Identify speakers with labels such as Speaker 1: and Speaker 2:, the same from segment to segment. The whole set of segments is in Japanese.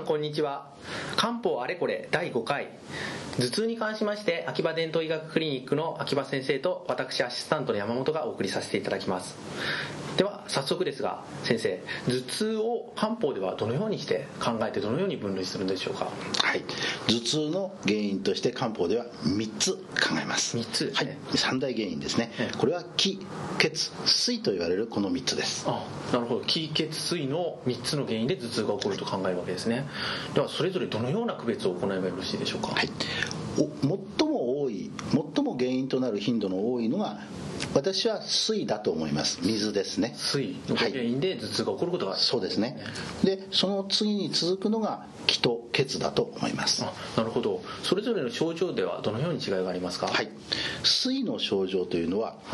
Speaker 1: んこんにちは。漢方あれこれ第5回、頭痛に関しまして秋葉伝統医学クリニックの秋葉先生と私アシスタントの山本がお送りさせていただきます。では早速ですが、先生、頭痛を漢方ではどのようにして考えてどのように分類するんでしょうか。
Speaker 2: はい、頭痛の原因として漢方では3つ考えます。
Speaker 1: 3つですね。
Speaker 2: はい、3大原因ですね。これは気血水と言われるこの3つです。
Speaker 1: なるほど。気血水の3つの原因で頭痛が起こると考えるわけですね。ではそれぞれどのような区別を行えばよろしいでしょうか。
Speaker 2: はい、最も原因となる頻度の多いのが私は水だと思います。水ですね。
Speaker 1: 水の原因で頭痛が起こることがある、
Speaker 2: そうですね。でその次に続くのが気と血だと思います。
Speaker 1: なるほど。それぞれの症状ではどのように違いがありますか。
Speaker 2: はい、水の症状というのは、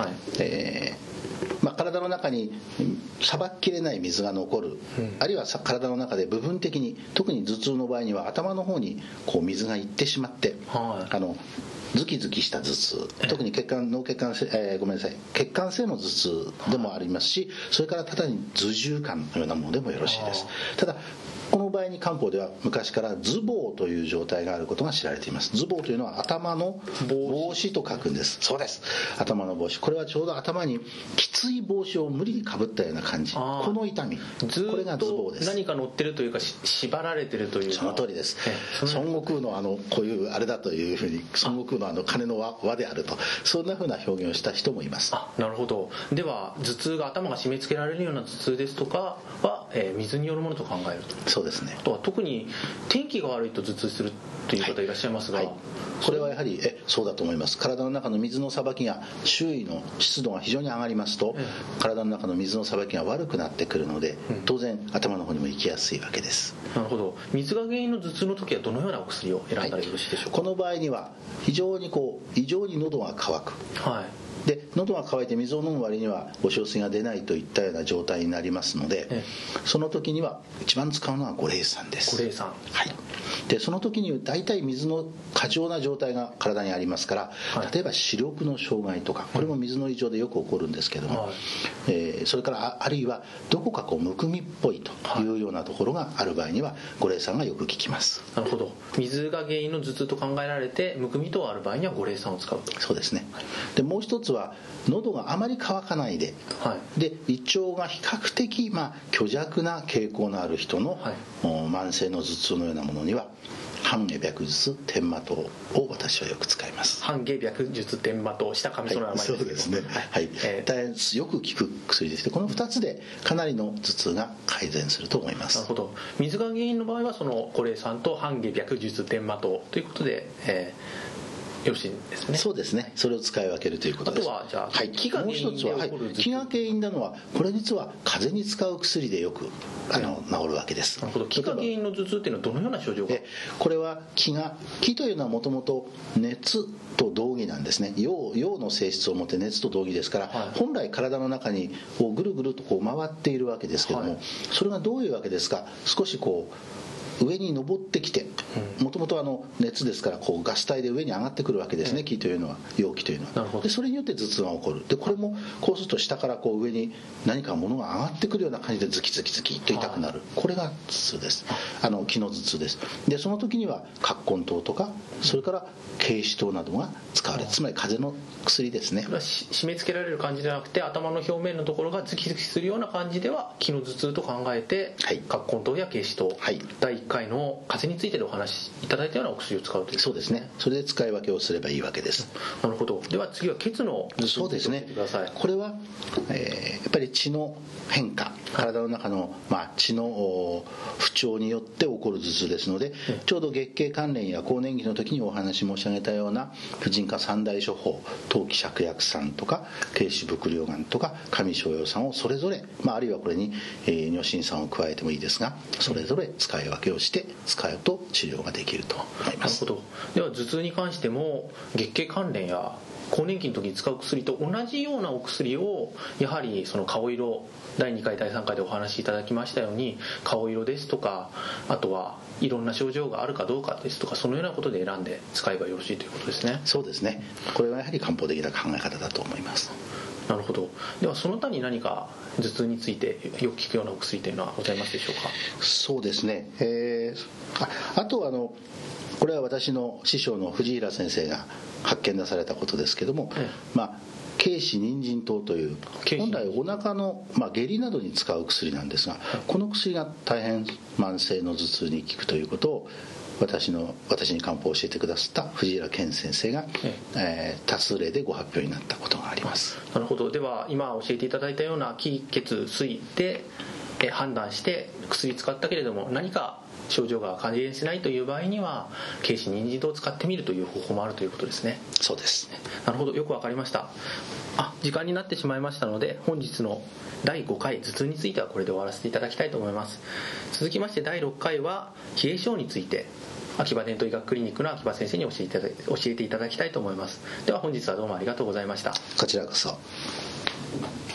Speaker 2: 体の中にさばききれない水が残る、あるいは体の中で部分的に、特に頭痛の場合には頭の方にこう水がいってしまって、ズキズキした頭痛、特に血管性の頭痛でもありますし、それからただに頭重感のようなものでもよろしいです。ただこの場合に漢方では昔から頭房という状態があることが知られています。頭房というのは頭の帽子と書くんです。そうです、頭の帽子。これはちょうど頭にきつい帽子を無理にかぶったような感じ、この痛み、これが頭房です。
Speaker 1: 何か乗ってるというか縛られてるというか。
Speaker 2: その通りです。孫悟空のこういうあれだというふうに、孫悟空の鐘の輪であると、そんなふうな表現をした人もいます。
Speaker 1: なるほど。では頭痛が頭が締め付けられるような頭痛ですとかは、水によるものと考えると。
Speaker 2: そうですね。
Speaker 1: あとは特に天気が悪いと頭痛するという方いらっしゃいますが、
Speaker 2: これはやはりそうだと思います。体の中の水のさばきが、周囲の湿度が非常に上がりますと、体の中の水のさばきが悪くなってくるので、当然頭の方にも行きやすいわけです。
Speaker 1: なるほど。水が原因の頭痛の時はどのようなお薬を選んだらよろしいでしょうか。
Speaker 2: この場合には非常に異常に喉が渇く、で喉が渇いて水を飲む割にはお小水が出ないといったような状態になりますので、その時には一番使うのは五苓散です。
Speaker 1: 五苓散。
Speaker 2: でその時に大体水の過剰な状態が体にありますから、例えば視力の障害とか、これも水の異常でよく起こるんですけども、それからあるいはどこかむくみっぽいというようなところがある場合には五苓散がよく効きます。
Speaker 1: なるほど。水が原因の頭痛と考えられてむくみ等ある場合には五苓散を使うと。
Speaker 2: そうですね。でもう一つは喉があまり渇かないで、で胃腸が比較的虚弱な傾向のある人の、慢性の頭痛のようなものには半夏白術天麻湯を私はよく使います。
Speaker 1: 半夏白術天麻湯、下上その名前ですけど、
Speaker 2: そうですね。大変よく効く薬でして、この2つでかなりの頭痛が改善すると思います。
Speaker 1: なるほど。水が原因の場合はその五苓散と半夏白術天麻湯ということで、よろしいですね。
Speaker 2: そうですね。それを使い分けるということです。
Speaker 1: あとはじゃあ、気が原因で起こる頭痛。
Speaker 2: 気が原因なのは、これ実は風邪に使う薬でよく治るわけです。
Speaker 1: なるほど。気が原因の頭痛っていうのはどのような症状か。
Speaker 2: これは気というのはもともと熱と同義なんですね。陽の性質を持って熱と同義ですから、本来体の中にぐるぐると回っているわけですけども、それがどういうわけですか。少し上に登ってきて、もともと熱ですからガス体で上に上がってくるわけですね。気というのは、陽気というのは。でそれによって頭痛が起こる。でこれもこうすると下から上に何か物が上がってくるような感じでズキズキズキと痛くなる、これが頭痛です。気の頭痛です。でその時には葛根湯とか、それから桂枝湯などが使われる、つまり風邪の薬ですね。
Speaker 1: 締め付けられる感じじゃなくて、頭の表面のところがズキズキするような感じでは気の頭痛と考えて、葛根湯や桂枝湯、第1回の風邪についてでお話しいただいたようなお薬を使うという。
Speaker 2: そうですね。それで使い分けをすればいいわけです。
Speaker 1: なるほど。では次は血の頭痛について教えてください。
Speaker 2: これは、やっぱり血の変化、体の中の、血の不調によって起こる頭痛ですので、ちょうど月経関連や更年期の時にお話申し上げたような婦人科三大処方、当帰芍薬散とか桂枝伏量丸とか上逍遙散をそれぞれ、あるいはこれに女心散を加えてもいいですが、それぞれ使い分けをして使うと治療ができると思います。
Speaker 1: なるほど。では頭痛に関しても月経関連や更年期の時に使う薬と同じようなお薬を、やはりその顔色、第2回第3回でお話しいただきましたように、顔色ですとか、あとはいろんな症状があるかどうかですとか、そのようなことで選んで使えばよろしいということですね。
Speaker 2: そうですね。これはやはり漢方的な考え方だと思います。
Speaker 1: なるほど。ではその他に何か頭痛についてよく効くようなお薬というのはございますでしょうか？
Speaker 2: そうですね、あとこれは私の師匠の藤平先生が発見なされたことですけども、桂枝人参湯という本来お腹の、下痢などに使う薬なんですが、この薬が大変慢性の頭痛に効くということを私に漢方を教えてくださった藤平健先生が、多数例でご発表になったことがあります。
Speaker 1: なるほど。では今教えていただいたような気血水で判断して薬使ったけれども何か症状が改善しないという場合には桂枝人参湯を使ってみるという方法もあるということですね。
Speaker 2: そうです。
Speaker 1: なるほど、よくわかりました。時間になってしまいましたので本日の第5回頭痛についてはこれで終わらせていただきたいと思います。続きまして第6回は冷え症について秋葉伝統医学クリニックの秋葉先生に教えていただきたいと思います。では本日はどうもありがとうございました。
Speaker 2: こちらこそ。